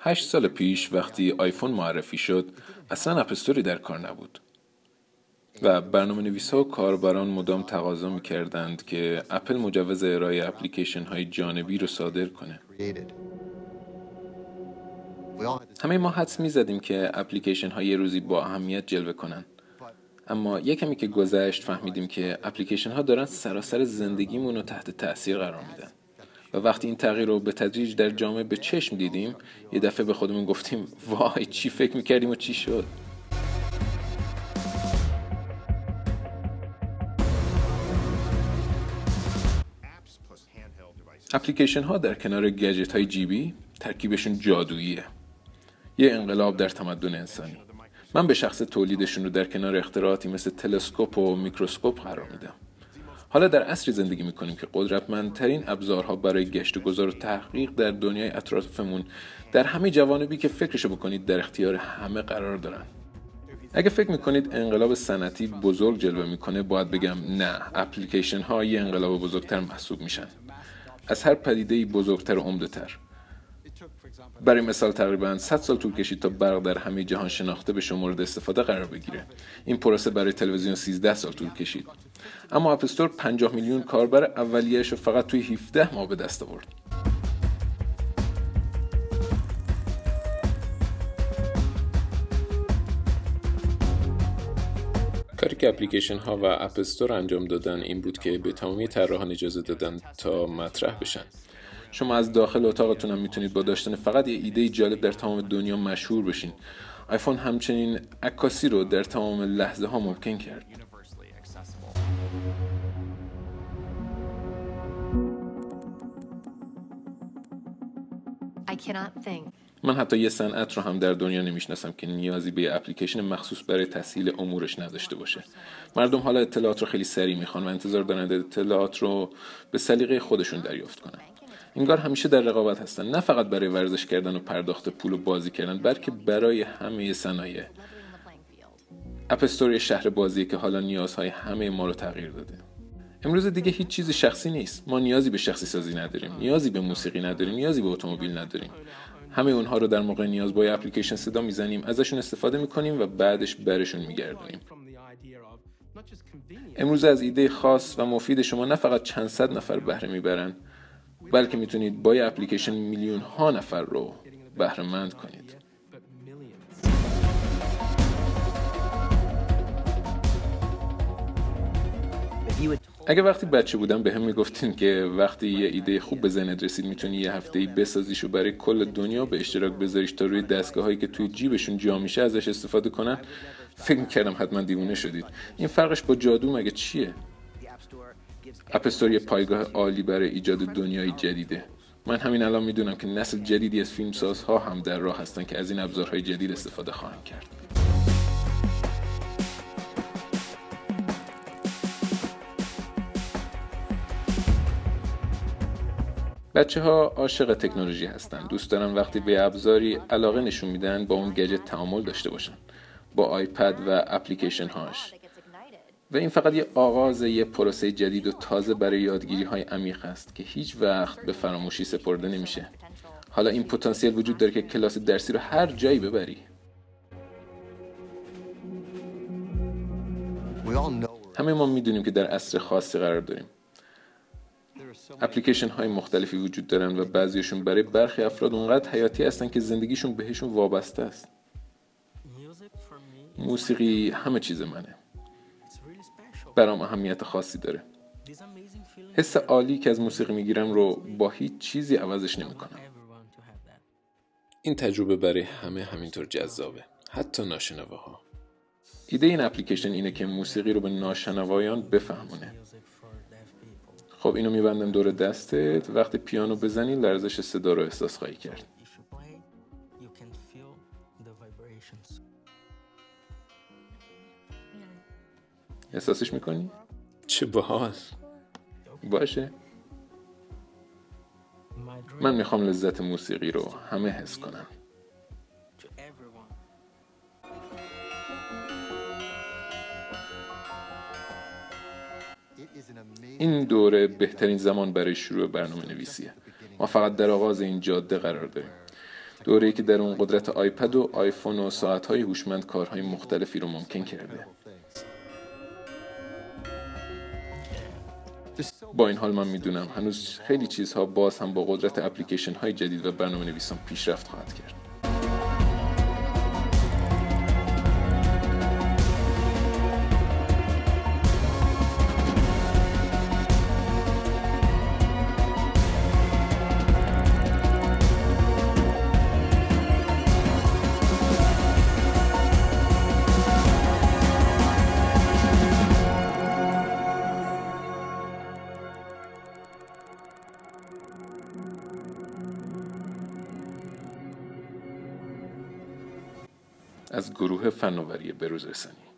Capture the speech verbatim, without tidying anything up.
هشت سال پیش وقتی آیفون معرفی شد اصلا اپستوری در کار نبود و برنامه نویس‌ها و کاربران مدام تقاضا می‌کردند که اپل مجوز ارائه اپلیکیشن های جانبی رو صادر کنه. همه ما حدس می‌زدیم که اپلیکیشن های یه روزی با اهمیت جلوه کنن، اما یک کمی که گذشت فهمیدیم که اپلیکیشن ها دارن سراسر زندگیمون رو تحت تأثیر قرار میدن و وقتی این تغییر رو به تدریج در جامعه به چشم دیدیم یه دفعه به خودمون گفتیم وای چی فکر میکردیم و چی شد. اپلیکیشن ها در کنار گجت های جیبی ترکیبشون جادوییه، یه انقلاب در تمدن انسانی. من به شخص تولیدشون رو در کنار اختراعاتی مثل تلسکوپ و میکروسکوپ قرار میدم. حالا در عصری زندگی میکنیم که قدرتمندترین ابزارها برای گشت و گذار و تحقیق در دنیای اطرافمون در همه جوانبی که فکرشو بکنید در اختیار همه قرار دارن. اگه فکر میکنید انقلاب صنعتی بزرگ جلوه میکنه، باید بگم نه، اپلیکیشن ها یه انقلاب بزرگتر محسوب میشن، از هر پدیده‌ای بزرگتر و عمده‌تر. برای مثال تقریباً صد سال طول کشید تا برق در همه جهان شناخته بشه و مورد استفاده قرار بگیره. این پروسه برای تلویزیون سیزده سال طول کشید. اما اپ استور پنجاه میلیون کاربر اولیه‌اش رو فقط توی هفده ماه به دست آورد. کاری که اپلیکیشن ها و اپ استور انجام دادن این بود که به تمامی طراحان اجازه دادن تا مطرح بشن. شما از داخل اتاقتون هم میتونید با داشتن فقط یه ایده جالب در تمام دنیا مشهور بشین. آیفون همچنین عکاسی رو در تمام لحظه ها ممکن کرد. من حتی یه صنعت رو هم در دنیا نمیشناسم که نیازی به اپلیکیشن مخصوص برای تسهیل امورش نداشته باشه. مردم حالا اطلاعات رو خیلی سریع میخوان و انتظار دارن اطلاعات رو به سلیقه خودشون دریافت کنن. انگار همیشه در رقابت هستن، نه فقط برای ورزش کردن و پرداخت پول و بازی کردن، بلکه برای همه صنایع. اپ استور شهر بازیه که حالا نیازهای همه ما رو تغییر داده. امروز دیگه هیچ چیز شخصی نیست. ما نیازی به شخصی سازی نداریم، نیازی به موسیقی نداریم، نیازی به اتومبیل نداریم. همه اونها رو در موقع نیاز با اپلیکیشن صدا میزنیم، ازشون استفاده میکنیم و بعدش برشون میگردونیم. امروز از ایده خاص و مفید شما نه فقط چند صد نفر بهره میبرن، بلکه میتونید با اپلیکیشن میلیون ها نفر رو بهره مند کنید. اگه وقتی بچه بودم به هم میگفتین که وقتی یه ایده خوب به ذهنت رسید میتونی یه هفته‌ای بسازیش و برای کل دنیا به اشتراک بذاریش تا روی دستگاه‌هایی که توی جیبشون جا میشه ازش استفاده کنن، فکر میکردم حتما دیوونه شدید. این فرقش با جادو مگه چیه؟ اپ استور یه پایگاه عالی برای ایجاد دنیای جدیده. من همین الان میدونم که نسل جدیدی از فیلمسازها هم در راه هستن که از این ابزارهای جدید استفاده خواهند کرد. بچه ها عاشق تکنولوژی هستن. دوست دارن وقتی به ابزاری علاقه نشون میدن با اون گجت تعامل داشته باشن، با آیپد و اپلیکیشن هاش. و این فقط یه آغاز یه پروسه جدید و تازه برای یادگیری های عمیق است که هیچ وقت به فراموشی سپرده نمیشه. حالا این پتانسیل وجود داره که کلاس درسی رو هر جایی ببری. همه ما میدونیم که در عصر خاصی قرار داریم. اپلیکیشن های مختلفی وجود دارن و بعضیشون برای برخی افراد اونقدر حیاتی هستن که زندگیشون بهشون وابسته است. موسیقی همه چیز منه. برام اهمیت خاصی داره. حس عالی که از موسیقی میگیرم رو با هیچ چیزی عوضش نمیکنم. این تجربه برای همه همینطور جذابه، حتی ناشنواها. ایده این اپلیکیشن اینه که موسیقی رو به ناشنوایان بفهمونه. خب اینو میبندم دور دستت، وقتی پیانو بزنی لرزش صدا رو احساس خواهی کرد. احساسش میکنی؟ چه باحال. باشه. من میخوام لذت موسیقی رو همه حس کنم. این دوره بهترین زمان برای شروع برنامه نویسیه. ما فقط در آغاز این جاده قرار داریم. دوره‌ای که در اون قدرت آیپد و آیفون و ساعت‌های هوشمند کارهای مختلفی رو ممکن کرده. با این حال من میدونم هنوز خیلی چیزها باز هم با قدرت اپلیکیشن های جدید و برنامه نویسان پیشرفت خواهد کرد. از گروه فناوری بروزرسانی